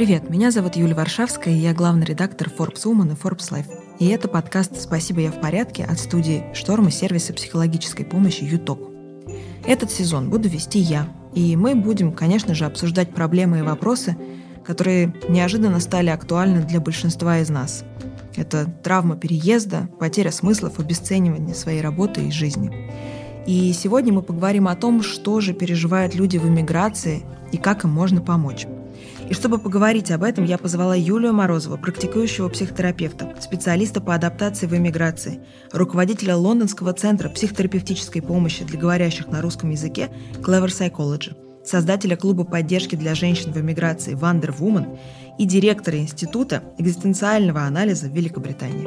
Привет, меня зовут Юлия Варшавская, и я главный редактор Forbes Woman и Forbes Life. И это подкаст «Спасибо, я в порядке» от студии «Шторм» и сервиса психологической помощи «Юток». Этот сезон буду вести я, и мы будем, конечно же, обсуждать проблемы и вопросы, которые неожиданно стали актуальны для большинства из нас. Это травма переезда, потеря смыслов, обесценивание своей работы и жизни. И сегодня мы поговорим о том, что же переживают люди в эмиграции и как им можно помочь. И чтобы поговорить об этом, я позвала Юлию Морозову, практикующего психотерапевта, специалиста по адаптации в эмиграции, руководителя Лондонского центра психотерапевтической помощи для говорящих на русском языке Clever Psychology, создателя клуба поддержки для женщин в эмиграции Wonder Woman и директора Института экзистенциального анализа в Великобритании.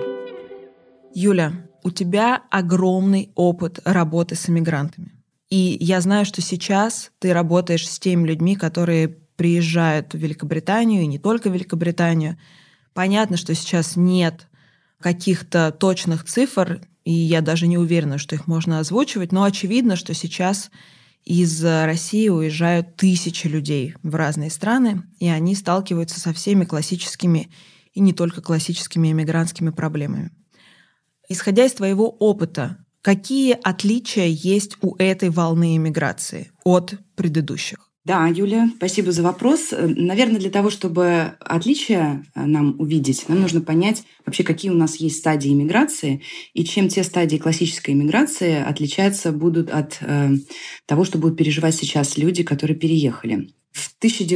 Юля, у тебя огромный опыт работы с эмигрантами. И я знаю, что сейчас ты работаешь с теми людьми, которые приезжают в Великобританию, и не только в Великобританию. Понятно, что сейчас нет каких-то точных цифр, и я даже не уверена, что их можно озвучивать, но очевидно, что сейчас из России уезжают тысячи людей в разные страны, и они сталкиваются со всеми классическими и не только классическими эмигрантскими проблемами. Исходя из твоего опыта, какие отличия есть у этой волны эмиграции от предыдущих? Да, Юля, спасибо за вопрос. Наверное, для того, чтобы отличия нам увидеть, нам нужно понять вообще, какие у нас есть стадии иммиграции и чем те стадии классической иммиграции отличаются будут от того, что будут переживать сейчас люди, которые переехали. В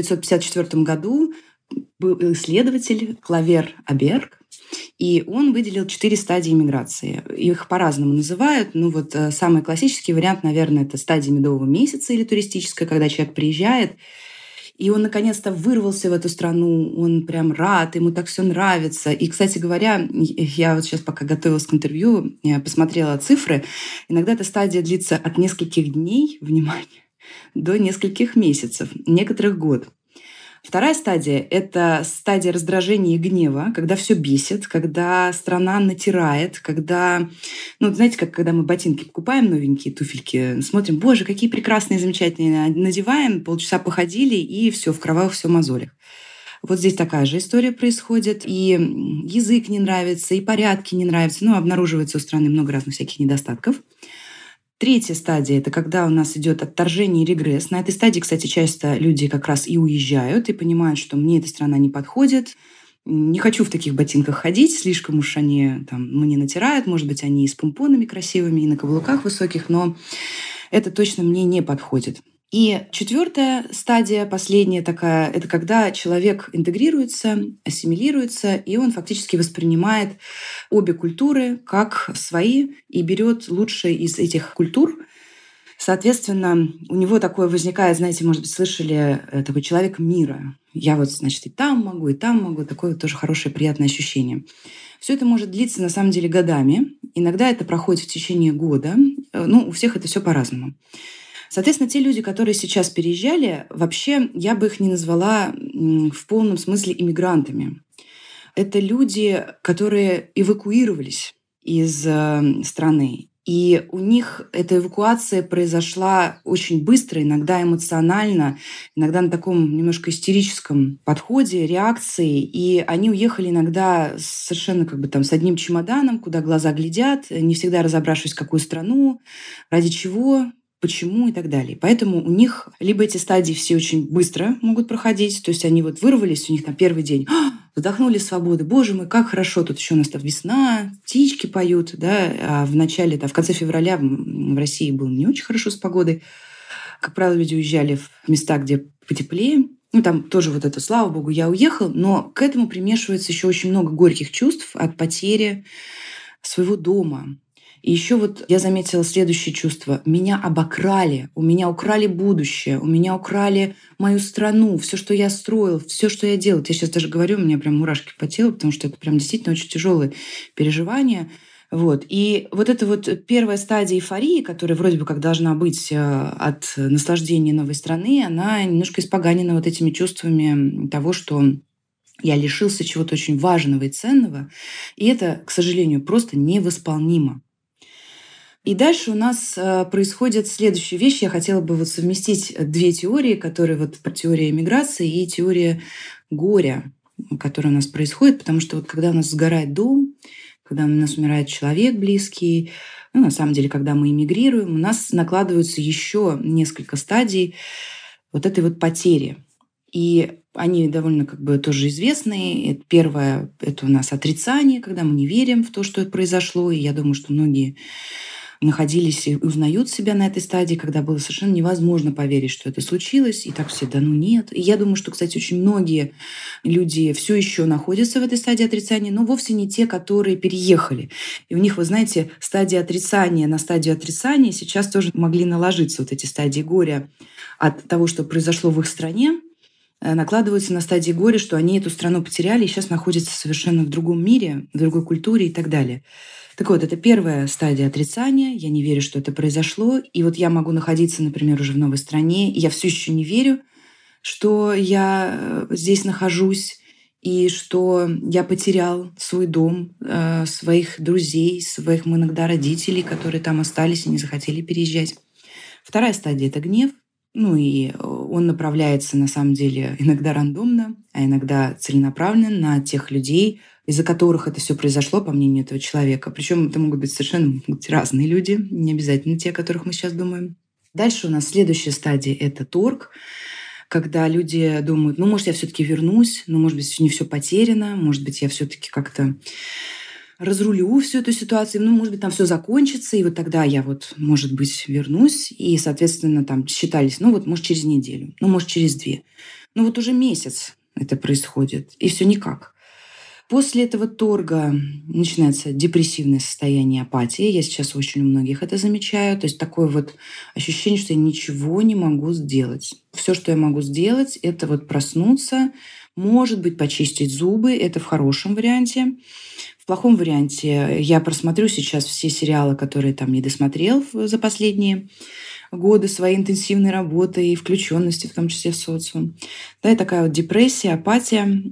1954 году был исследователь Клавер Аберг, и он выделил 4 стадии иммиграции. Их по-разному называют. Самый классический вариант, наверное, это стадия медового месяца или туристическая, когда человек приезжает, и он наконец-то вырвался в эту страну, он прям рад, ему так все нравится. И, кстати говоря, я вот сейчас, пока готовилась к интервью, я посмотрела цифры. Иногда эта стадия длится от нескольких дней, внимание, до нескольких месяцев, некоторых год. Вторая стадия — это стадия раздражения и гнева, когда все бесит, когда страна натирает, когда, знаете, как когда мы ботинки покупаем, новенькие туфельки, смотрим, боже, какие прекрасные, замечательные, надеваем, полчаса походили, и все в кровавых, все мозолях. Вот здесь такая же история происходит, и язык не нравится, и порядки не нравятся, обнаруживается у страны много разных всяких недостатков. Третья стадия — это когда у нас идет отторжение и регресс. На этой стадии, кстати, часто люди как раз и уезжают, и понимают, что мне эта страна не подходит, не хочу в таких ботинках ходить, слишком уж они мне натирают, может быть, они и с помпонами красивыми, и на каблуках высоких, но это точно мне не подходит. И четвертая стадия, последняя такая, это когда человек интегрируется, ассимилируется, и он фактически воспринимает обе культуры как свои и берет лучшее из этих культур. Соответственно, у него такое возникает, знаете, может быть, слышали, такой человек мира. Я и там могу, такое тоже хорошее, приятное ощущение. Все это может длиться, на самом деле, годами. Иногда это проходит в течение года. У всех это все по-разному. Соответственно, те люди, которые сейчас переезжали, вообще я бы их не назвала в полном смысле иммигрантами. Это люди, которые эвакуировались из страны. И у них эта эвакуация произошла очень быстро, иногда эмоционально, иногда на таком немножко истерическом подходе, реакции. И они уехали иногда совершенно с одним чемоданом, куда глаза глядят, не всегда разобравшись, в какую страну, ради чего, почему и так далее. Поэтому у них либо эти стадии все очень быстро могут проходить, то есть они вырвались, у них на первый день вдохнули свободы. Боже мой, как хорошо, тут еще у нас весна, птички поют, да, а в конце февраля в России было не очень хорошо с погодой. Как правило, люди уезжали в места, где потеплее. Там тоже это, слава богу, я уехал, но к этому примешивается еще очень много горьких чувств от потери своего дома. И еще я заметила следующее чувство. Меня обокрали, у меня украли будущее, у меня украли мою страну, все, что я строил, все, что я делал. Я сейчас даже говорю, у меня прям мурашки по телу, потому что это прям действительно очень тяжелые переживания. И эта первая стадия эйфории, которая вроде бы как должна быть от наслаждения новой страны, она немножко испоганена этими чувствами того, что я лишился чего-то очень важного и ценного. И это, к сожалению, просто невосполнимо. И дальше у нас происходит следующая вещь. Я хотела бы совместить две теории, которые теория миграции и теория горя, которое у нас происходит, потому что вот когда у нас сгорает дом, когда у нас умирает человек близкий, ну, на самом деле, когда мы эмигрируем, у нас накладываются еще несколько стадий вот этой вот потери. И они довольно тоже известные. Первое – это у нас отрицание, когда мы не верим в то, что это произошло. И я думаю, что многие находились и узнают себя на этой стадии, когда было совершенно невозможно поверить, что это случилось. И так все, да ну нет. И я думаю, что, кстати, очень многие люди все еще находятся в этой стадии отрицания, но вовсе не те, которые переехали. И у них, вы знаете, стадия отрицания на стадию отрицания сейчас тоже могли наложиться вот эти стадии горя от того, что произошло в их стране, накладываются на стадии горя, что они эту страну потеряли и сейчас находятся совершенно в другом мире, в другой культуре и так далее. Так вот, это первая стадия отрицания. Я не верю, что это произошло. И вот я могу находиться, например, уже в новой стране, и я все еще не верю, что я здесь нахожусь, и что я потерял свой дом, своих друзей, своих иногда родителей, которые там остались и не захотели переезжать. Вторая стадия – это гнев. Ну и он направляется, на самом деле, иногда рандомно, а иногда целенаправленно на тех людей, из-за которых это все произошло, по мнению этого человека. Причем это могут быть совершенно разные люди, не обязательно те, о которых мы сейчас думаем. Дальше у нас следующая стадия – это торг, когда люди думают, ну, может, я все-таки вернусь, ну, может быть, не все потеряно, может быть, я все-таки как-то разрулю всю эту ситуацию, ну, может быть, там все закончится, и вот тогда я вот, может быть, вернусь, и, соответственно, там считались, ну, вот, может, через неделю, ну, может, через 2. Ну, вот уже месяц это происходит, и все никак. После этого торга начинается депрессивное состояние, апатия. Я сейчас очень у многих это замечаю. То есть такое вот ощущение, что я ничего не могу сделать. Все, что я могу сделать, это вот проснуться, может быть, почистить зубы. Это в хорошем варианте. В плохом варианте я просмотрю сейчас все сериалы, которые там не досмотрел за последние годы своей интенсивной работы и включенности, в том числе в социум. Да, и такая вот депрессия, апатия.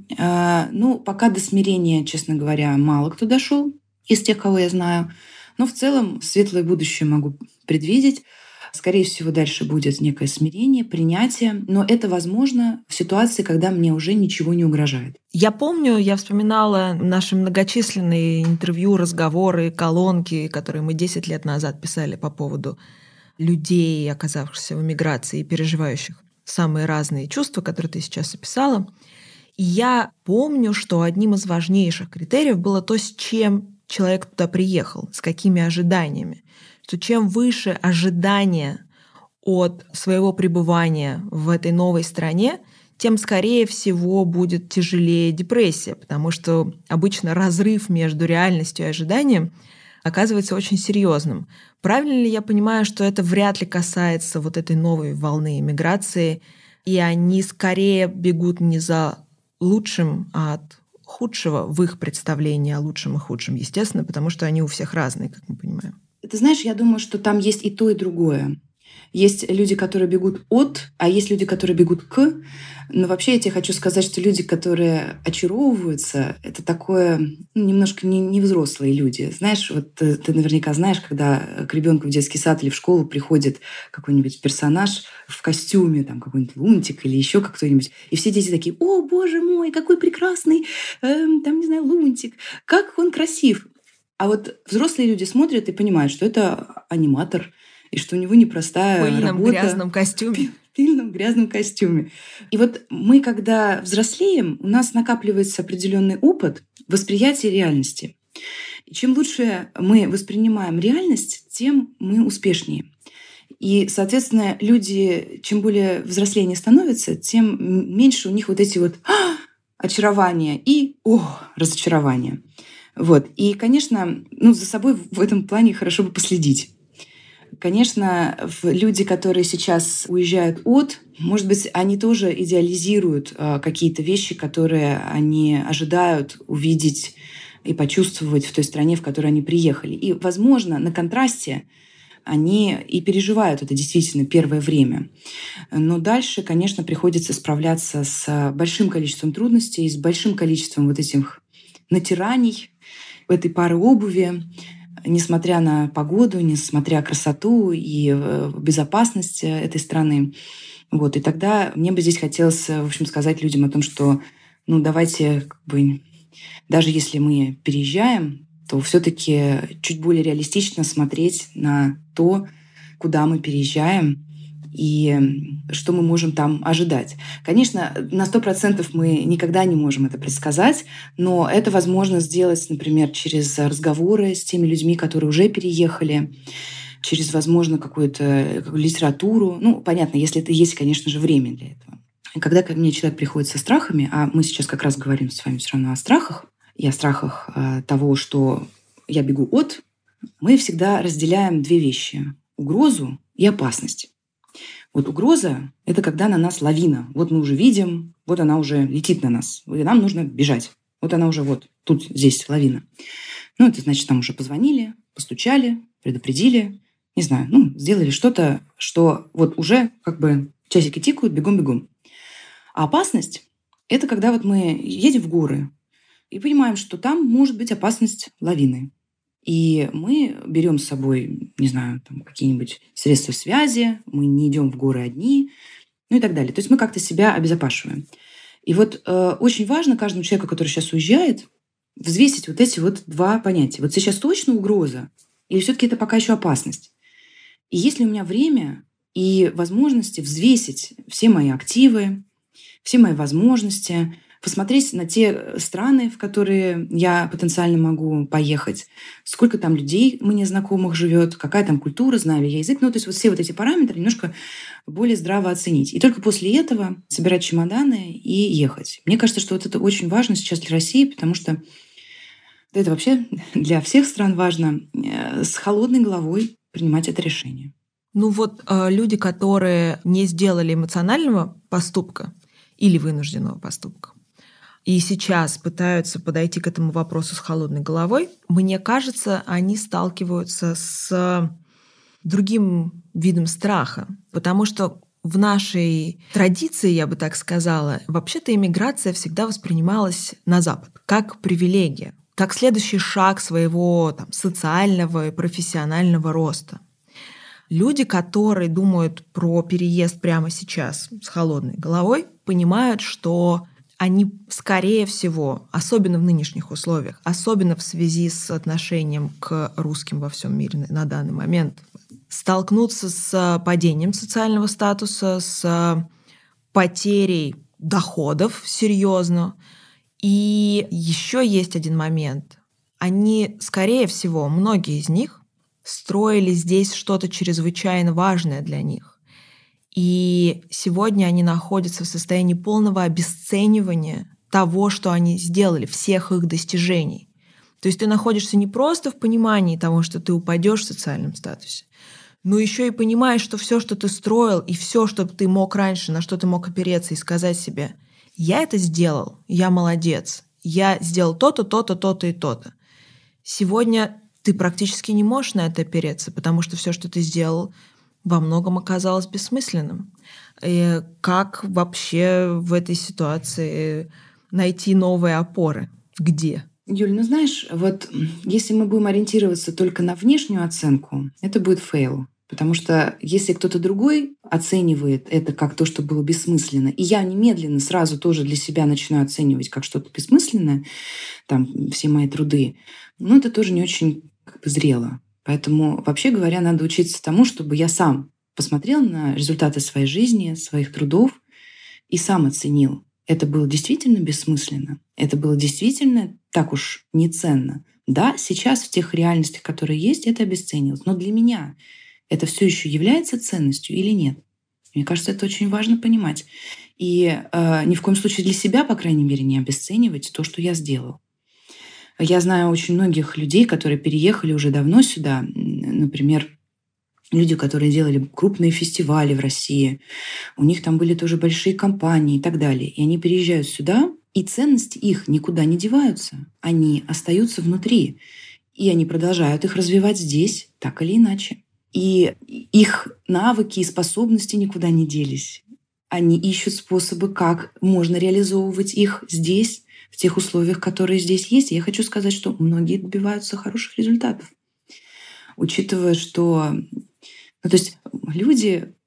Ну, пока до смирения, честно говоря, мало кто дошел из тех, кого я знаю. Но в целом светлое будущее могу предвидеть. Скорее всего, дальше будет некое смирение, принятие. Но это возможно в ситуации, когда мне уже ничего не угрожает. Я помню, я вспоминала наши многочисленные интервью, разговоры, колонки, которые мы 10 лет назад писали по поводу людей, оказавшихся в эмиграции и переживающих самые разные чувства, которые ты сейчас описала. И я помню, что одним из важнейших критериев было то, с чем человек туда приехал, с какими ожиданиями. Что чем выше ожидания от своего пребывания в этой новой стране, тем, скорее всего, будет тяжелее депрессия, потому что обычно разрыв между реальностью и ожиданием оказывается очень серьезным. Правильно ли я понимаю, что это вряд ли касается вот этой новой волны иммиграции, и они скорее бегут не за лучшим, а от худшего в их представлении о лучшем и худшем, естественно, потому что они у всех разные, как мы понимаем? Ты знаешь, я думаю, что там есть и то, и другое. Есть люди, которые бегут от, а есть люди, которые бегут к. Но вообще я тебе хочу сказать, что люди, которые очаровываются, это такое немножко не взрослые люди. Знаешь, вот ты наверняка знаешь, когда к ребенку в детский сад или в школу приходит какой-нибудь персонаж в костюме, там какой-нибудь Лунтик или еще кто-нибудь, и все дети такие: «О, боже мой, какой прекрасный, там, не знаю, Лунтик, как он красив». А вот взрослые люди смотрят и понимают, что это аниматор, и что у него непростая работа. В пыльном грязном костюме. В пыльном грязном костюме. И вот мы, когда взрослеем, у нас накапливается определенный опыт восприятия реальности. И чем лучше мы воспринимаем реальность, тем мы успешнее. И, соответственно, люди, чем более взрослее становятся, тем меньше у них вот эти вот очарования и разочарования. Вот. И, конечно, за собой в этом плане хорошо бы последить. Конечно, люди, которые сейчас уезжают может быть, они тоже идеализируют какие-то вещи, которые они ожидают увидеть и почувствовать в той стране, в которой они приехали. И, возможно, на контрасте они и переживают это действительно первое время. Но дальше, конечно, приходится справляться с большим количеством трудностей, с большим количеством вот этих натираний, этой пары обуви, несмотря на погоду, несмотря на красоту и безопасность этой страны. Вот. И тогда мне бы здесь хотелось, в общем, сказать людям о том, что давайте даже если мы переезжаем, то все-таки чуть более реалистично смотреть на то, куда мы переезжаем и что мы можем там ожидать. Конечно, на 100% мы никогда не можем это предсказать, но это возможно сделать, например, через разговоры с теми людьми, которые уже переехали, через, возможно, какую-то литературу. Понятно, если это есть, конечно же, время для этого. И когда ко мне человек приходит со страхами, а мы сейчас как раз говорим с вами все равно о страхах, и о страхах того, что я бегу от, мы всегда разделяем две вещи – угрозу и опасность. Вот угроза – это когда на нас лавина. Вот мы уже видим, вот она уже летит на нас, и нам нужно бежать. Вот она уже тут, здесь лавина. Это значит, нам уже позвонили, постучали, предупредили, не знаю, сделали что-то, что уже часики тикают, бегом-бегом. А опасность – это когда мы едем в горы и понимаем, что там может быть опасность лавины. И мы берем с собой, не знаю, какие-нибудь средства связи, мы не идем в горы одни, и так далее. То есть мы как-то себя обезопашиваем. И очень важно каждому человеку, который сейчас уезжает, взвесить эти два понятия. Сейчас точно угроза или все-таки это пока еще опасность? И есть ли у меня время и возможности взвесить все мои активы, все мои возможности, посмотреть на те страны, в которые я потенциально могу поехать, сколько там людей мне знакомых живет, какая там культура, знаю ли я язык. То есть все эти параметры немножко более здраво оценить. И только после этого собирать чемоданы и ехать. Мне кажется, что это очень важно сейчас для России, потому что это вообще для всех стран важно с холодной головой принимать это решение. Люди, которые не сделали эмоционального поступка или вынужденного поступка, и сейчас пытаются подойти к этому вопросу с холодной головой, мне кажется, они сталкиваются с другим видом страха. Потому что в нашей традиции, я бы так сказала, вообще-то иммиграция всегда воспринималась на Запад как привилегия, как следующий шаг своего социального и профессионального роста. Люди, которые думают про переезд прямо сейчас с холодной головой, понимают, что они, скорее всего, особенно в нынешних условиях, особенно в связи с отношением к русским во всем мире на данный момент, столкнутся с падением социального статуса, с потерей доходов серьезно. И еще есть один момент. Они, скорее всего, многие из них строили здесь что-то чрезвычайно важное для них. И сегодня они находятся в состоянии полного обесценивания того, что они сделали, всех их достижений. То есть ты находишься не просто в понимании того, что ты упадешь в социальном статусе, но еще и понимаешь, что все, что ты строил, и все, что ты мог раньше, на что ты мог опереться и сказать себе: я это сделал, я молодец, я сделал то-то, то-то, то-то и то-то. Сегодня ты практически не можешь на это опереться, потому что все, что ты сделал, во многом оказалось бессмысленным. И как вообще в этой ситуации найти новые опоры? Где? Юль, знаешь, если мы будем ориентироваться только на внешнюю оценку, это будет фейл. Потому что если кто-то другой оценивает это как то, что было бессмысленно, и я немедленно сразу тоже для себя начинаю оценивать как что-то бессмысленное, все мои труды, это тоже не очень зрело. Поэтому, вообще говоря, надо учиться тому, чтобы я сам посмотрел на результаты своей жизни, своих трудов и сам оценил. Это было действительно бессмысленно? Это было действительно так уж неценно? Да, сейчас в тех реальностях, которые есть, это обесценилось. Но для меня это все еще является ценностью или нет? Мне кажется, это очень важно понимать. И ни в коем случае для себя, по крайней мере, не обесценивать то, что я сделал. Я знаю очень многих людей, которые переехали уже давно сюда. Например, люди, которые делали крупные фестивали в России. У них там были тоже большие компании и так далее. И они переезжают сюда, и ценности их никуда не деваются. Они остаются внутри. И они продолжают их развивать здесь, так или иначе. И их навыки и способности никуда не делись. Они ищут способы, как можно реализовывать их здесь, в тех условиях, которые здесь есть. И я хочу сказать, что многие добиваются хороших результатов. Учитывая, что то есть люди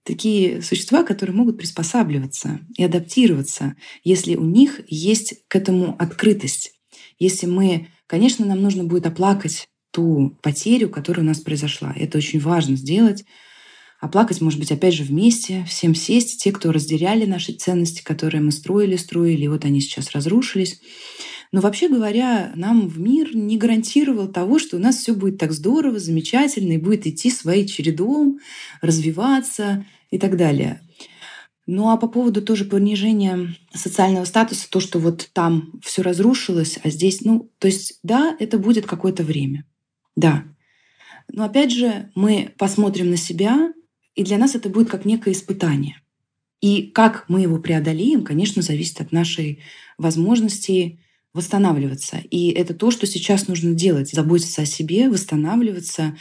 такие существа, которые могут приспосабливаться и адаптироваться, если у них есть к этому открытость. Если мы, конечно, нам нужно будет оплакать ту потерю, которая у нас произошла. Это очень важно сделать. Оплакать, может быть, опять же вместе, всем сесть, те, кто разделяли наши ценности, которые мы строили, и вот они сейчас разрушились. Но вообще говоря, нам в мир не гарантировал того, что у нас все будет так здорово, замечательно и будет идти своим чередом, развиваться и так далее. Ну а по поводу тоже понижения социального статуса, то, что вот там все разрушилось, а здесь, то есть да, это будет какое-то время. Да. Но опять же, мы посмотрим на себя, и для нас это будет как некое испытание. И как мы его преодолеем, конечно, зависит от нашей возможности восстанавливаться. И это то, что сейчас нужно делать. Заботиться о себе, восстанавливаться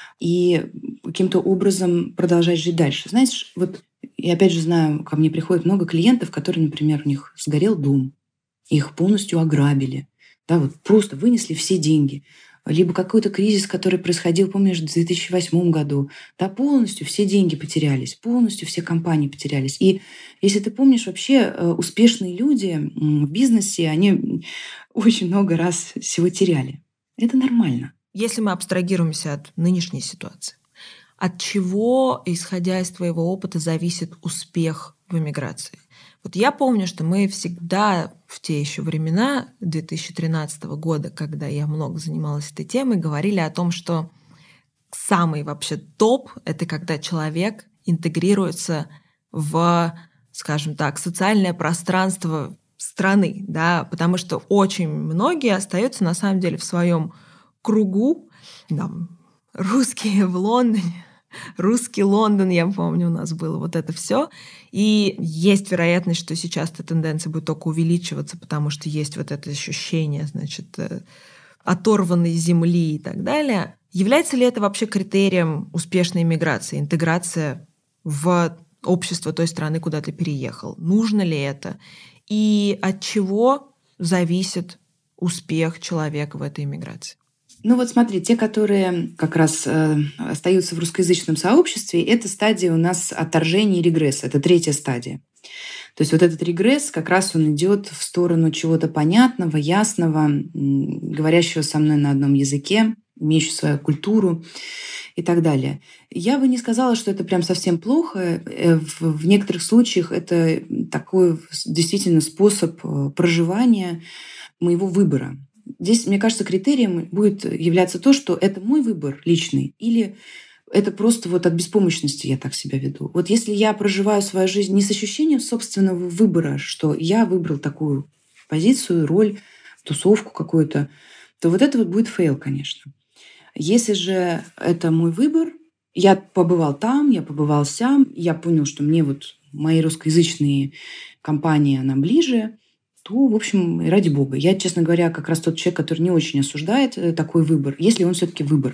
и каким-то образом продолжать жить дальше. Знаешь, вот я опять же знаю, ко мне приходит много клиентов, которые, например, у них сгорел дом, их полностью ограбили, да, вот просто вынесли все деньги. Либо какой-то кризис, который происходил, помнишь, в 2008 году. Да, полностью все деньги потерялись, полностью все компании потерялись. И если ты помнишь, вообще успешные люди в бизнесе, они очень много раз всего теряли. Это нормально. Если мы абстрагируемся от нынешней ситуации, от чего, исходя из твоего опыта, зависит успех в эмиграции? Вот я помню, что мы всегда в те еще времена 2013 года, когда я много занималась этой темой, говорили о том, что самый вообще топ — это когда человек интегрируется в, скажем так, социальное пространство страны, да, потому что очень многие остаются на самом деле в своем кругу, там, русские в Лондоне, русский Лондон, я помню, у нас было вот это все. И есть вероятность, что сейчас эта тенденция будет только увеличиваться, потому что есть вот это ощущение, значит, оторванной земли и так далее. Является ли это вообще критерием успешной миграции, интеграция в общество той страны, куда ты переехал? Нужно ли это? И от чего зависит успех человека в этой миграции? Ну вот смотри, те, которые как раз остаются в русскоязычном сообществе, это стадия у нас отторжения и регресса. Это третья стадия. То есть вот этот регресс, как раз он идет в сторону чего-то понятного, ясного, говорящего со мной на одном языке, имеющего свою культуру и так далее. Я бы не сказала, что это прям совсем плохо. В некоторых случаях это такой действительно способ проживания моего выбора. Здесь, мне кажется, критерием будет являться то, что это мой выбор личный или это просто вот от беспомощности я так себя веду. Вот если я проживаю свою жизнь не с ощущением собственного выбора, что я выбрал такую позицию, роль, тусовку какую-то, то вот это вот будет фейл, конечно. Если же это мой выбор, я побывал там, я побывал сям, я понял, что мне вот мои русскоязычные компании, она ближе, то, в общем, ради бога. Я, честно говоря, как раз тот человек, который не очень осуждает такой выбор, если он все-таки выбор.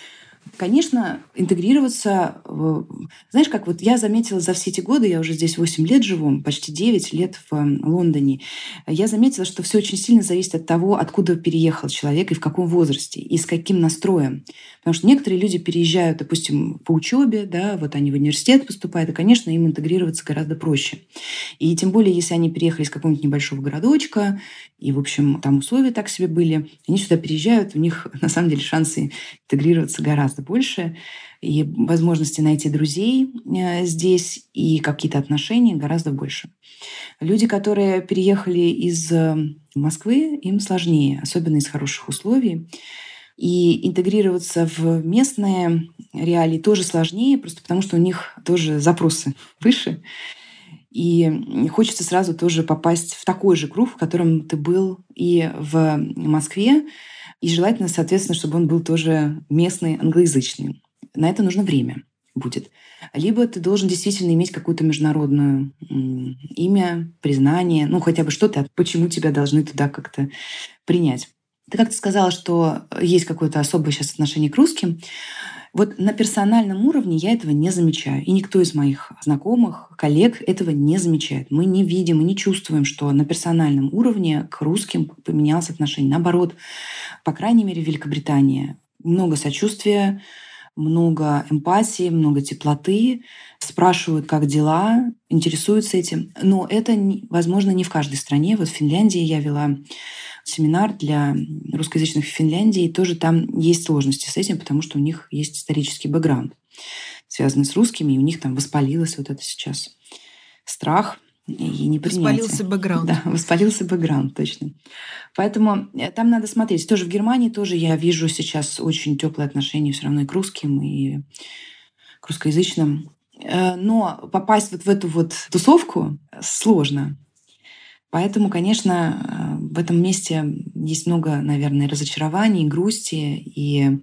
Конечно, интегрироваться... Знаешь, как вот я заметила за все эти годы, я уже здесь 8 лет живу, почти 9 лет в Лондоне, я заметила, что все очень сильно зависит от того, откуда переехал человек и в каком возрасте, и с каким настроем. Потому что некоторые люди переезжают, допустим, по учебе, да, вот они в университет поступают, и, конечно, им интегрироваться гораздо проще. И тем более, если они переехали из какого-нибудь небольшого городочка, и, в общем, там условия так себе были, они сюда переезжают, у них, на самом деле, шансы интегрироваться гораздо больше, и возможности найти друзей здесь, и какие-то отношения гораздо больше. Люди, которые переехали из Москвы, им сложнее, особенно из хороших условий. И интегрироваться в местные реалии тоже сложнее, просто потому что у них тоже запросы выше. И хочется сразу тоже попасть в такой же круг, в котором ты был и в Москве, и желательно, соответственно, чтобы он был тоже местный, англоязычный. На это нужно время будет. Либо ты должен действительно иметь какое-то международное имя, признание, ну хотя бы что-то, почему тебя должны туда как-то принять. Ты как-то сказала, что есть какое-то особое сейчас отношение к русским. Вот на персональном уровне я этого не замечаю. И никто из моих знакомых, коллег этого не замечает. Мы не видим и не чувствуем, что на персональном уровне к русским поменялось отношение. Наоборот, по крайней мере, в Великобритании много сочувствия, много эмпатии, много теплоты, спрашивают, как дела, интересуются этим. Но это, возможно, не в каждой стране. Вот в Финляндии я вела семинар для русскоязычных в Финляндии, и тоже там есть сложности с этим, потому что у них есть исторический бэкграунд, связанный с русскими, и у них там воспалилось вот это сейчас страх и непринятие. Воспалился бэкграунд. Да, воспалился бэкграунд, точно. Поэтому там надо смотреть. Тоже в Германии тоже я вижу сейчас очень теплые отношения все равно и к русским, и к русскоязычным. Но попасть вот в эту вот тусовку сложно. Поэтому, конечно, в этом месте есть много, наверное, разочарований, грусти и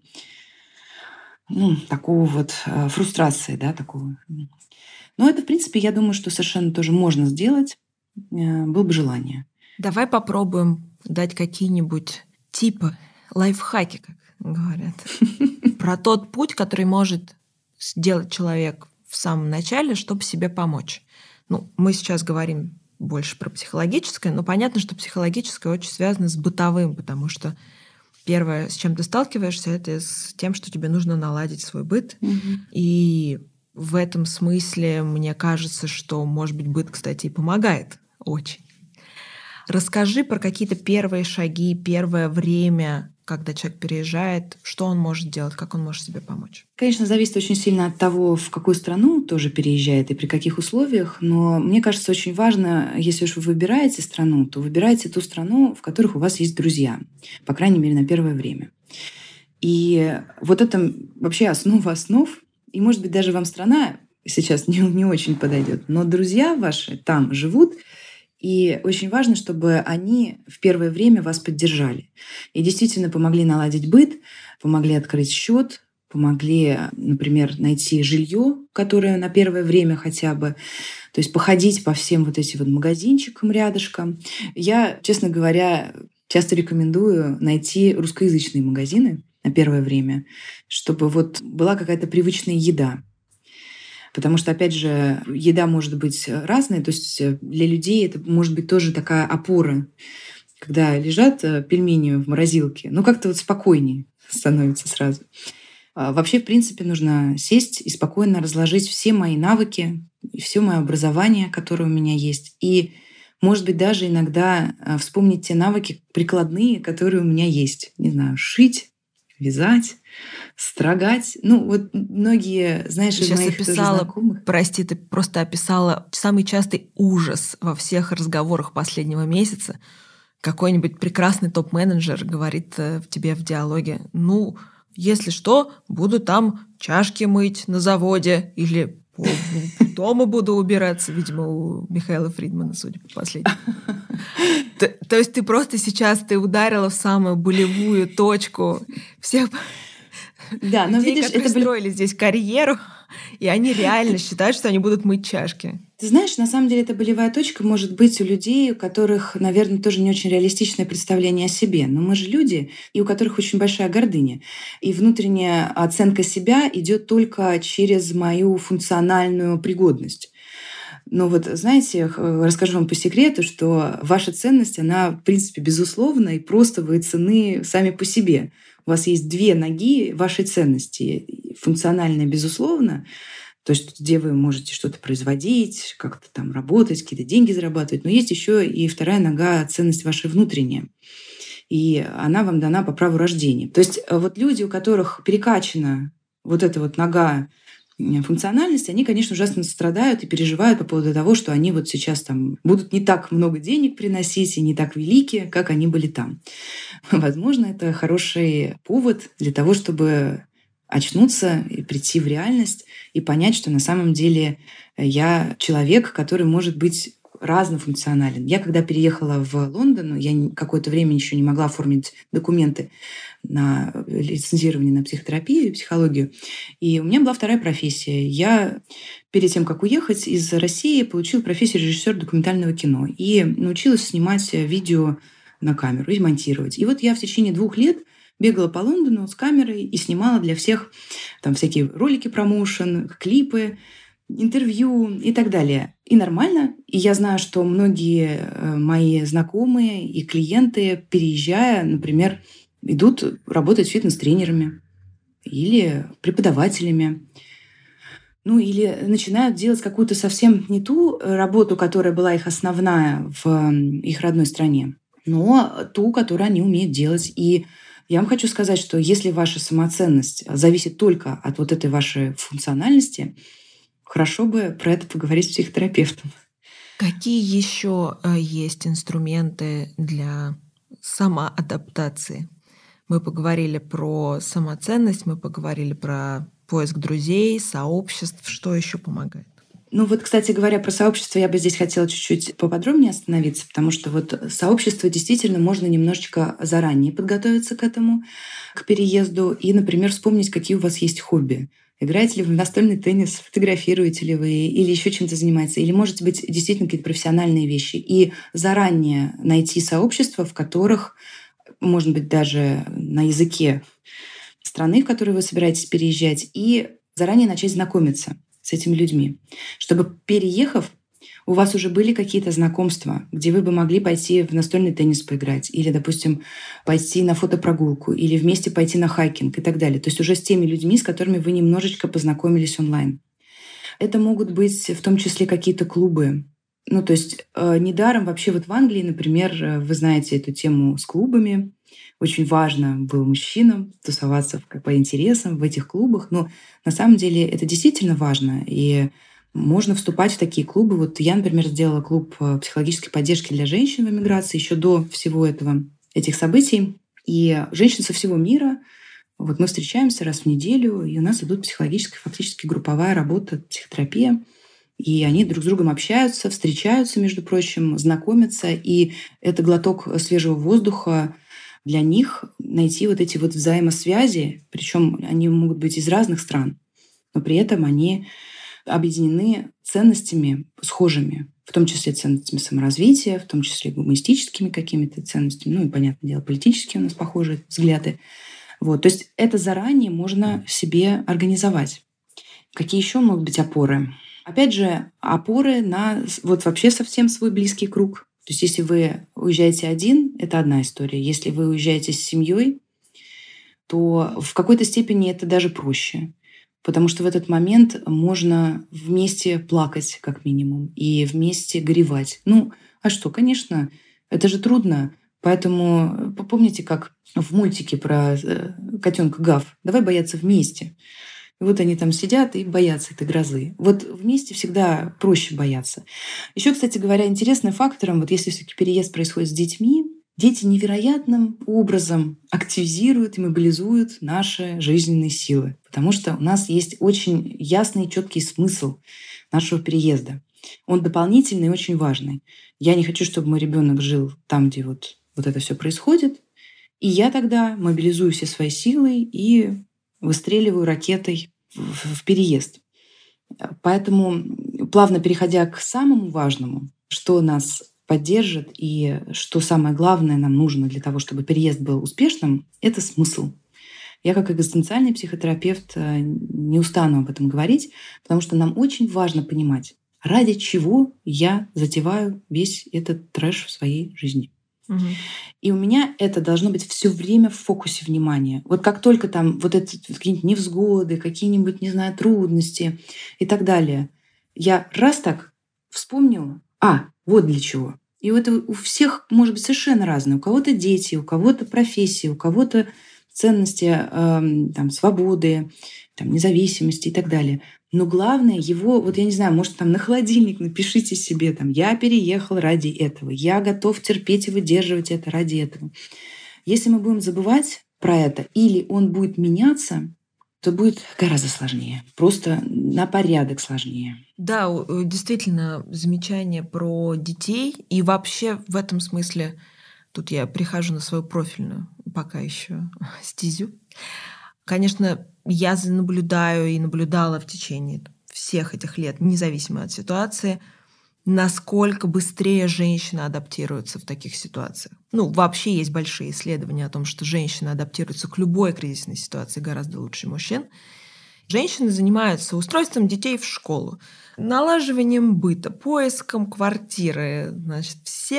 такого вот фрустрации, да, такого. Но это, в принципе, я думаю, что совершенно тоже можно сделать, было бы желание. Давай попробуем дать какие-нибудь типы лайфхаки, как говорят, про тот путь, который может сделать человек в самом начале, чтобы себе помочь. Мы сейчас говорим больше про психологическое, но понятно, что психологическое очень связано с бытовым, потому что первое, с чем ты сталкиваешься, это с тем, что тебе нужно наладить свой быт. И в этом смысле мне кажется, что, может быть, быт, кстати, и помогает очень. Расскажи про какие-то первые шаги, первое время, когда человек переезжает, что он может делать, как он может себе помочь? Конечно, зависит очень сильно от того, в какую страну тоже переезжает и при каких условиях. Но мне кажется, очень важно, если уж вы выбираете страну, то выбирайте ту страну, в которых у вас есть друзья. По крайней мере, на первое время. И вот это вообще основа основ. И, может быть, даже вам страна сейчас не очень подойдет. Но друзья ваши там живут. И очень важно, чтобы они в первое время вас поддержали. И действительно помогли наладить быт, помогли открыть счет, помогли, например, найти жилье, которое на первое время хотя бы, то есть походить по всем вот этим вот магазинчикам рядышком. Я, честно говоря, часто рекомендую найти русскоязычные магазины на первое время, чтобы вот была какая-то привычная еда. Потому что, опять же, еда может быть разная. То есть для людей это может быть тоже такая опора. Когда лежат пельмени в морозилке, как-то вот спокойнее становится сразу. Вообще, в принципе, нужно сесть и спокойно разложить все мои навыки, все мое образование, которое у меня есть. И, может быть, даже иногда вспомнить те навыки прикладные, которые у меня есть. Не знаю, шить, вязать, строгать. Вот многие, знаешь, из моих тоже знакомых. Прости, ты просто описала самый частый ужас во всех разговорах последнего месяца. Какой-нибудь прекрасный топ-менеджер говорит тебе в диалоге: если что, буду там чашки мыть на заводе или дома буду убираться, видимо, у Михаила Фридмана, судя по последнему. То есть ты просто сейчас ударила в самую болевую точку всех людей, которые строили здесь карьеру, и они реально считают, что они будут мыть чашки. Ты знаешь, на самом деле эта болевая точка может быть у людей, у которых, наверное, тоже не очень реалистичное представление о себе. Но мы же люди, и у которых очень большая гордыня. И внутренняя оценка себя идет только через мою функциональную пригодность. Но вот, знаете, расскажу вам по секрету, что ваша ценность, она, в принципе, безусловна, и просто вы ценны сами по себе. У вас есть две ноги вашей ценности. Функциональная, безусловно, то есть где вы можете что-то производить, как-то там работать, какие-то деньги зарабатывать. Но есть еще и вторая нога, ценность ваша внутренняя. И она вам дана по праву рождения. То есть вот люди, у которых перекачана вот эта вот нога функциональности, они, конечно, ужасно страдают и переживают по поводу того, что они вот сейчас там будут не так много денег приносить и не так велики, как они были там. Возможно, это хороший повод для того, чтобы очнуться и прийти в реальность и понять, что на самом деле я человек, который может быть разнофункционален. Я когда переехала в Лондон, я какое-то время еще не могла оформить документы на лицензирование на психотерапию и психологию. И у меня была вторая профессия. Я перед тем, как уехать из России, получила профессию режиссера документального кино и научилась снимать видео на камеру и монтировать. И вот я в течение 2 лет бегала по Лондону с камерой и снимала для всех там всякие ролики промоушен, клипы, интервью и так далее. И нормально. И я знаю, что многие мои знакомые и клиенты, переезжая, например, идут работать фитнес-тренерами. или преподавателями. Ну, или начинают делать какую-то совсем не ту работу, которая была их основная в их родной стране, но ту, которую они умеют делать. И я вам хочу сказать, что если ваша самоценность зависит только от вот этой вашей функциональности, хорошо бы про это поговорить с психотерапевтом. Какие еще есть инструменты для самоадаптации? Мы поговорили про самоценность, мы поговорили про поиск друзей, сообществ. Что еще помогает? Ну вот, кстати говоря, про сообщество я бы здесь хотела чуть-чуть поподробнее остановиться, потому что вот сообщество действительно можно немножечко заранее подготовиться к этому, к переезду, и, например, вспомнить, какие у вас есть хобби. Играете ли вы в настольный теннис, фотографируете ли вы, или еще чем-то занимаетесь, или, может быть, действительно какие-то профессиональные вещи. И заранее найти сообщества, в которых, может быть, даже на языке страны, в которую вы собираетесь переезжать, и заранее начать знакомиться с этими людьми, чтобы, переехав, у вас уже были какие-то знакомства, где вы бы могли пойти в настольный теннис поиграть, или, допустим, пойти на фотопрогулку, или вместе пойти на хайкинг и так далее. То есть уже с теми людьми, с которыми вы немножечко познакомились онлайн. Это могут быть в том числе какие-то клубы. Ну, то есть недаром вообще вот в Англии, например, вы знаете эту тему с клубами. Очень важно было мужчинам тусоваться по интересам в этих клубах. Но на самом деле это действительно важно. И можно вступать в такие клубы. Вот я, например, сделала клуб психологической поддержки для женщин в эмиграции еще до всего этого, этих событий. И женщин со всего мира, вот мы встречаемся раз в неделю, и у нас идут психологическая, фактически групповая работа, психотерапия. И они друг с другом общаются, встречаются, между прочим, знакомятся. И это глоток свежего воздуха для них найти вот эти вот взаимосвязи. Причем они могут быть из разных стран, но при этом они объединены ценностями схожими, в том числе ценностями саморазвития, в том числе гуманистическими какими-то ценностями, ну и, понятное дело, политические у нас похожие взгляды. Вот. То есть это заранее можно себе организовать. Какие еще могут быть опоры? Опять же, опоры на вот вообще совсем свой близкий круг. То есть если вы уезжаете один, это одна история. Если вы уезжаете с семьей, то в какой-то степени это даже проще. Потому что в этот момент можно вместе плакать, как минимум, и вместе горевать. Ну, а что, конечно, это же трудно. Поэтому помните, как в мультике про котенка Гав? Давай бояться вместе. И вот они там сидят и боятся этой грозы. Вот вместе всегда проще бояться. Еще, кстати говоря, интересным фактором, вот если все-таки переезд происходит с детьми, дети невероятным образом активизируют и мобилизуют наши жизненные силы. Потому что у нас есть очень ясный и четкий смысл нашего переезда. Он дополнительный и очень важный. Я не хочу, чтобы мой ребенок жил там, где вот это все происходит. И я тогда мобилизую все свои силы и выстреливаю ракетой в переезд. Поэтому, плавно переходя к самому важному, что нас поддержит и что самое главное нам нужно для того, чтобы переезд был успешным, это смысл. Я как экзистенциальный психотерапевт не устану об этом говорить, потому что нам очень важно понимать, ради чего я затеваю весь этот трэш в своей жизни. Угу. И у меня это должно быть все время в фокусе внимания. Вот как только там вот эти какие-нибудь невзгоды, какие-нибудь, не знаю, трудности и так далее, я раз так вспомнила, вот для чего. И это у всех может быть совершенно разное. У кого-то дети, у кого-то профессии, у кого-то ценности там, свободы, там, независимости и так далее. Но главное его, вот я не знаю, может, там на холодильник напишите себе, там, я переехал ради этого, я готов терпеть и выдерживать это ради этого. Если мы будем забывать про это, или он будет меняться, то будет гораздо сложнее, просто на порядок сложнее. Да, действительно, замечание про детей. И вообще в этом смысле, тут я прихожу на свою профильную пока еще стезю. Конечно, я наблюдаю и наблюдала в течение всех этих лет, независимо от ситуации, насколько быстрее женщина адаптируется в таких ситуациях. Ну, вообще есть большие исследования о том, что женщина адаптируется к любой кризисной ситуации гораздо лучше мужчин. Женщины занимаются устройством детей в школу, налаживанием быта, поиском квартиры, значит,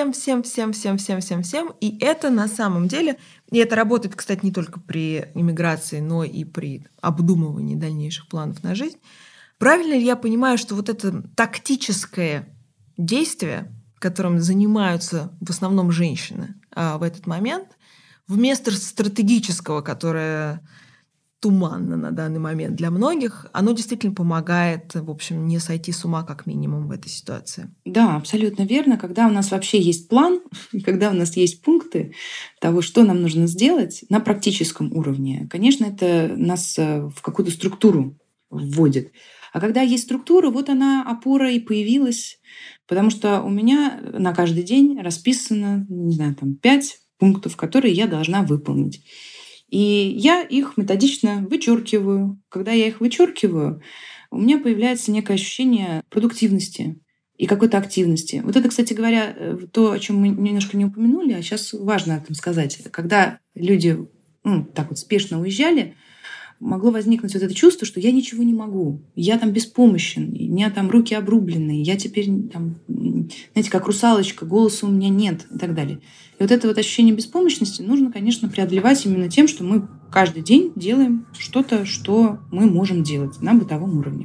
всем. И это на самом деле, и это работает, кстати, не только при иммиграции, но и при обдумывании дальнейших планов на жизнь. Правильно ли я понимаю, что вот это тактическое действие, которым занимаются в основном женщины в этот момент, вместо стратегического, которое туманно на данный момент для многих, оно действительно помогает, в общем, не сойти с ума как минимум в этой ситуации? Да, абсолютно верно. Когда у нас вообще есть план, когда у нас есть пункты того, что нам нужно сделать на практическом уровне, конечно, это нас в какую-то структуру вводит. А когда есть структура, вот она, опора и появилась. Потому что у меня на каждый день расписано, не знаю, 5 пунктов, которые я должна выполнить. И я их методично вычеркиваю. Когда я их вычеркиваю, у меня появляется некое ощущение продуктивности и какой-то активности. Вот это, кстати говоря, то, о чем мы немножко не упомянули, а сейчас важно об этом сказать. Когда люди так вот спешно уезжали, могло возникнуть вот это чувство, что я ничего не могу, я там беспомощен, у меня там руки обрублены, я теперь там, знаете, как русалочка, голоса у меня нет и так далее. И вот это вот ощущение беспомощности нужно, конечно, преодолевать именно тем, что мы каждый день делаем что-то, что мы можем делать на бытовом уровне.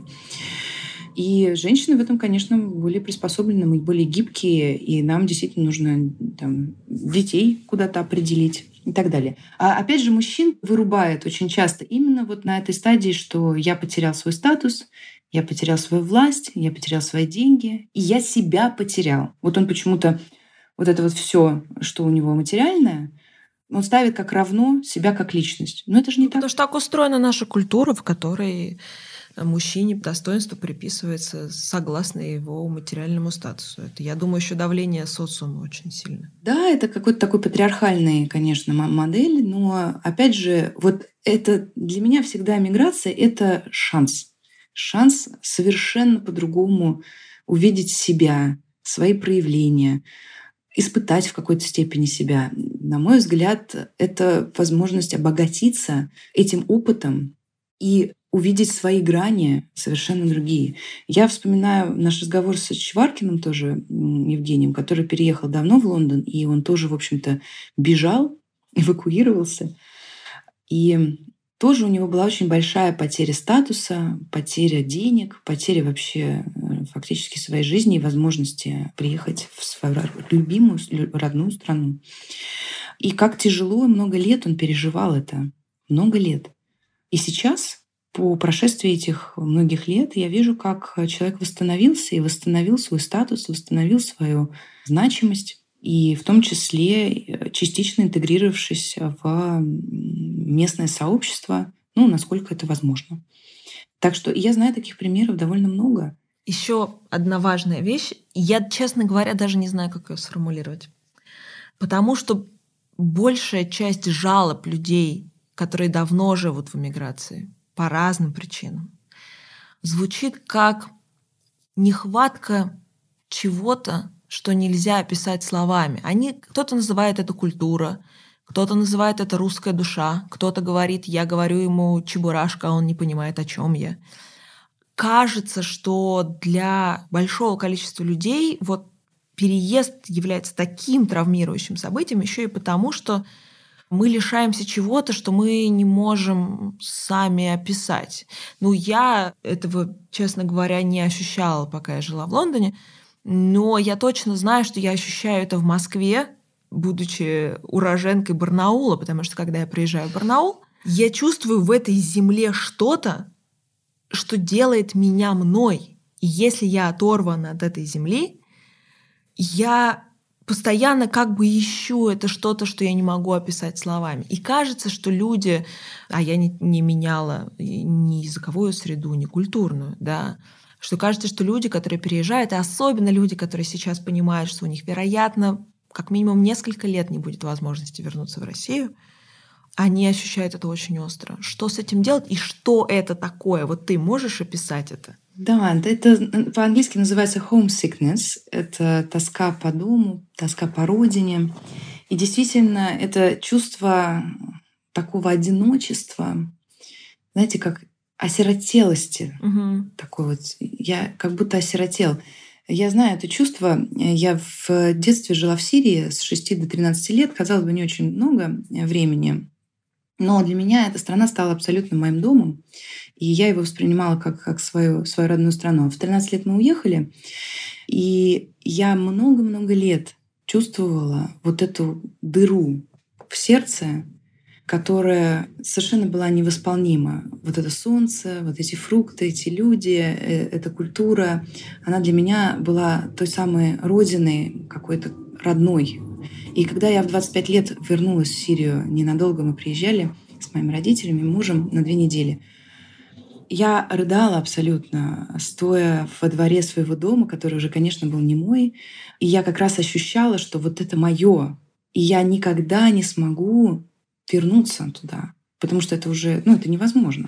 И женщины в этом, конечно, более приспособлены, мы более гибкие, и нам действительно нужно детей куда-то определить и так далее. А опять же, мужчин вырубает очень часто именно вот на этой стадии, что я потерял свой статус, я потерял свою власть, я потерял свои деньги, и я себя потерял. Вот он почему-то вот это вот все, что у него материальное, он ставит как равно себя как личность. Но это же не так. Потому что так устроена наша культура, в которой мужчине достоинство приписывается согласно его материальному статусу. Это, я думаю, еще давление социума очень сильно. Да, это какой-то такой патриархальный, конечно, модель, но, опять же, вот это для меня всегда миграция — это шанс. Шанс совершенно по-другому увидеть себя, свои проявления, испытать в какой-то степени себя. На мой взгляд, это возможность обогатиться этим опытом и увидеть свои грани совершенно другие. Я вспоминаю наш разговор с Чеваркиным тоже, Евгением, который переехал давно в Лондон, и он тоже, в общем-то, бежал, эвакуировался. И тоже у него была очень большая потеря статуса, потеря денег, потеря вообще фактически своей жизни и возможности приехать в свою любимую, родную страну. И как тяжело, много лет он переживал это. Много лет. И сейчас, по прошествии этих многих лет, я вижу, как человек восстановился и восстановил свой статус, восстановил свою значимость, и в том числе частично интегрировавшись в местное сообщество, насколько это возможно. Так что я знаю таких примеров довольно много. Еще одна важная вещь. Я, честно говоря, даже не знаю, как ее сформулировать. Потому что большая часть жалоб людей, которые давно живут в эмиграции, по разным причинам, звучит как нехватка чего-то, что нельзя описать словами. Кто-то называет это культура, кто-то называет это русская душа, кто-то говорит, я говорю ему чебурашка, а он не понимает, о чем я. Кажется, что для большого количества людей вот переезд является таким травмирующим событием еще и потому, что мы лишаемся чего-то, что мы не можем сами описать. Я этого, честно говоря, не ощущала, пока я жила в Лондоне, но я точно знаю, что я ощущаю это в Москве, будучи уроженкой Барнаула, потому что, когда я приезжаю в Барнаул, я чувствую в этой земле что-то, что делает меня мной. И если я оторвана от этой земли, я постоянно как бы ищу это что-то, что я не могу описать словами. И кажется, что люди... А я не меняла ни языковую среду, ни культурную, да, что кажется, что люди, которые переезжают, и особенно люди, которые сейчас понимают, что у них, вероятно, как минимум несколько лет не будет возможности вернуться в Россию, они ощущают это очень остро. Что с этим делать и что это такое? Вот ты можешь описать это? Да, это по-английски называется homesickness. Это тоска по дому, тоска по родине. И действительно, это чувство такого одиночества, знаете, как осиротелости. Такой вот. Я как будто осиротел. Я знаю это чувство. Я в детстве жила в Сирии с 6 до 13 лет. Казалось бы, не очень много времени. Но для меня эта страна стала абсолютно моим домом. И я его воспринимала как свою родную страну. В 13 лет мы уехали. И я много-много лет чувствовала вот эту дыру в сердце, которая совершенно была невосполнима. Вот это солнце, вот эти фрукты, эти люди, эта культура, она для меня была той самой родиной, какой-то родной. И когда я в 25 лет вернулась в Сирию, ненадолго мы приезжали с моими родителями, мужем на 2 недели, я рыдала абсолютно, стоя во дворе своего дома, который уже, конечно, был не мой. И я как раз ощущала, что вот это мое, и я никогда не смогу вернуться туда, потому что это уже, это невозможно.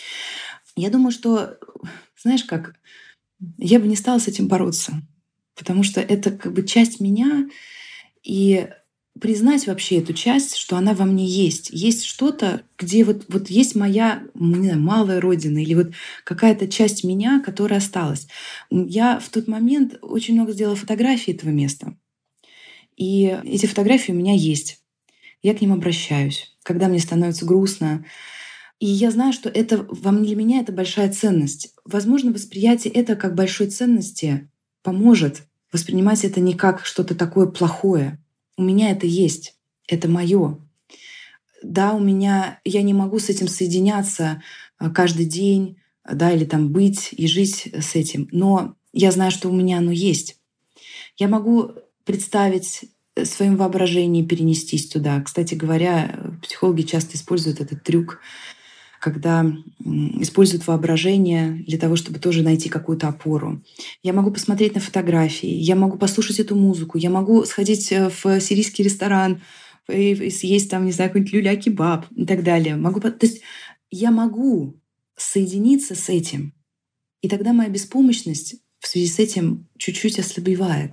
Я думаю, что, знаешь как, я бы не стала с этим бороться, потому что это как бы часть меня, и признать вообще эту часть, что она во мне есть. Есть что-то, где вот есть моя, не знаю, малая родина или вот какая-то часть меня, которая осталась. Я в тот момент очень много сделала фотографий этого места. И эти фотографии у меня есть. Я к ним обращаюсь, когда мне становится грустно. И я знаю, что это для меня это большая ценность. Возможно, восприятие это как большой ценности поможет воспринимать это не как что-то такое плохое. У меня это есть, это мое. Да, я не могу с этим соединяться каждый день, да, или там быть и жить с этим, но я знаю, что у меня оно есть. Я могу представить в своем воображении, перенестись туда. Кстати говоря, психологи часто используют этот трюк, когда используют воображение для того, чтобы тоже найти какую-то опору. Я могу посмотреть на фотографии, я могу послушать эту музыку, я могу сходить в сирийский ресторан и съесть там, не знаю, какой-нибудь люля-кебаб и так далее. То есть я могу соединиться с этим, и тогда моя беспомощность в связи с этим чуть-чуть ослабевает.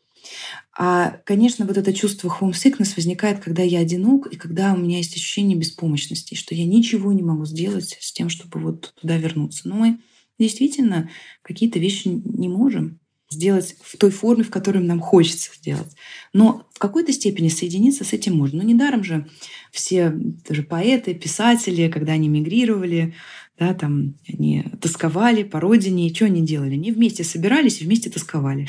А, конечно, вот это чувство homesickness возникает, когда я одинок, и когда у меня есть ощущение беспомощности, что я ничего не могу сделать с тем, чтобы вот туда вернуться. Но мы действительно какие-то вещи не можем сделать в той форме, в которой нам хочется сделать. Но в какой-то степени соединиться с этим можно. Но недаром же все даже поэты, писатели, когда они мигрировали, да, там, они тосковали по родине, и что они делали? Они вместе собирались и вместе тосковали.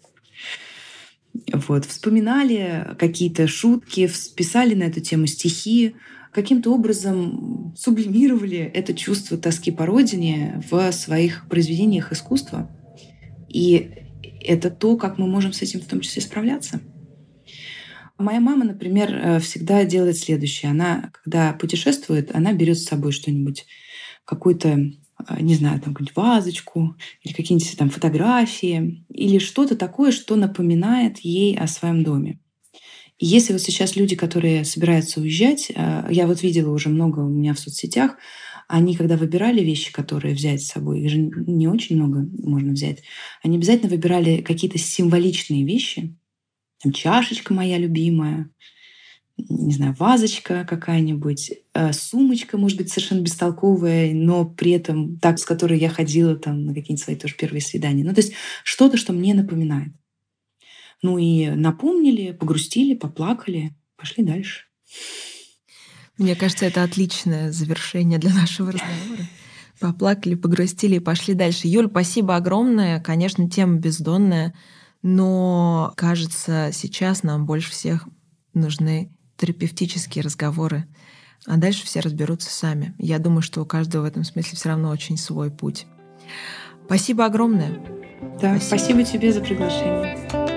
Вот, вспоминали какие-то шутки, писали на эту тему стихи, каким-то образом сублимировали это чувство тоски по родине в своих произведениях искусства. И это то, как мы можем с этим в том числе справляться. Моя мама, например, всегда делает следующее. Она, когда путешествует, она берет с собой что-нибудь, какую-то, не знаю, там какую-нибудь вазочку или какие-нибудь там фотографии или что-то такое, что напоминает ей о своем доме. И если вот сейчас люди, которые собираются уезжать, я вот видела уже много у меня в соцсетях, они, когда выбирали вещи, которые взять с собой, их же не очень много можно взять, они обязательно выбирали какие-то символичные вещи. Там чашечка моя любимая, не знаю, вазочка какая-нибудь, сумочка, может быть, совершенно бестолковая, но при этом так, с которой я ходила там на какие-нибудь свои тоже первые свидания. Ну, то есть что-то, что мне напоминает. Ну и напомнили, погрустили, поплакали, пошли дальше. Мне кажется, это отличное завершение для нашего разговора. Поплакали, погрустили и пошли дальше. Юль, спасибо огромное. Конечно, тема бездонная, но, кажется, сейчас нам больше всех нужны терапевтические разговоры, а дальше все разберутся сами. Я думаю, что у каждого в этом смысле все равно очень свой путь. Спасибо огромное. Да, спасибо тебе за приглашение.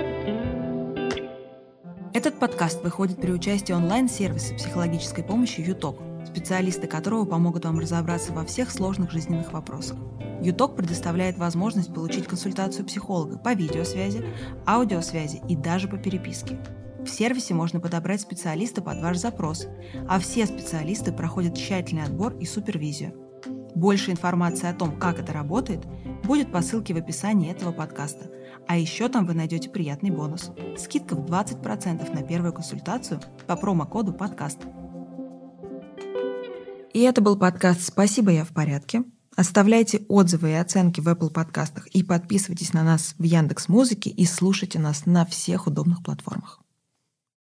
Этот подкаст выходит при участии онлайн-сервиса психологической помощи «Юток», специалисты которого помогут вам разобраться во всех сложных жизненных вопросах. «Юток» предоставляет возможность получить консультацию психолога по видеосвязи, аудиосвязи и даже по переписке. В сервисе можно подобрать специалиста под ваш запрос, а все специалисты проходят тщательный отбор и супервизию. Больше информации о том, как это работает, будет по ссылке в описании этого подкаста. А еще там вы найдете приятный бонус – скидка в 20% на первую консультацию по промокоду «Подкаст». И это был подкаст «Спасибо, я в порядке». Оставляйте отзывы и оценки в Apple подкастах и подписывайтесь на нас в Яндекс.Музыке и слушайте нас на всех удобных платформах.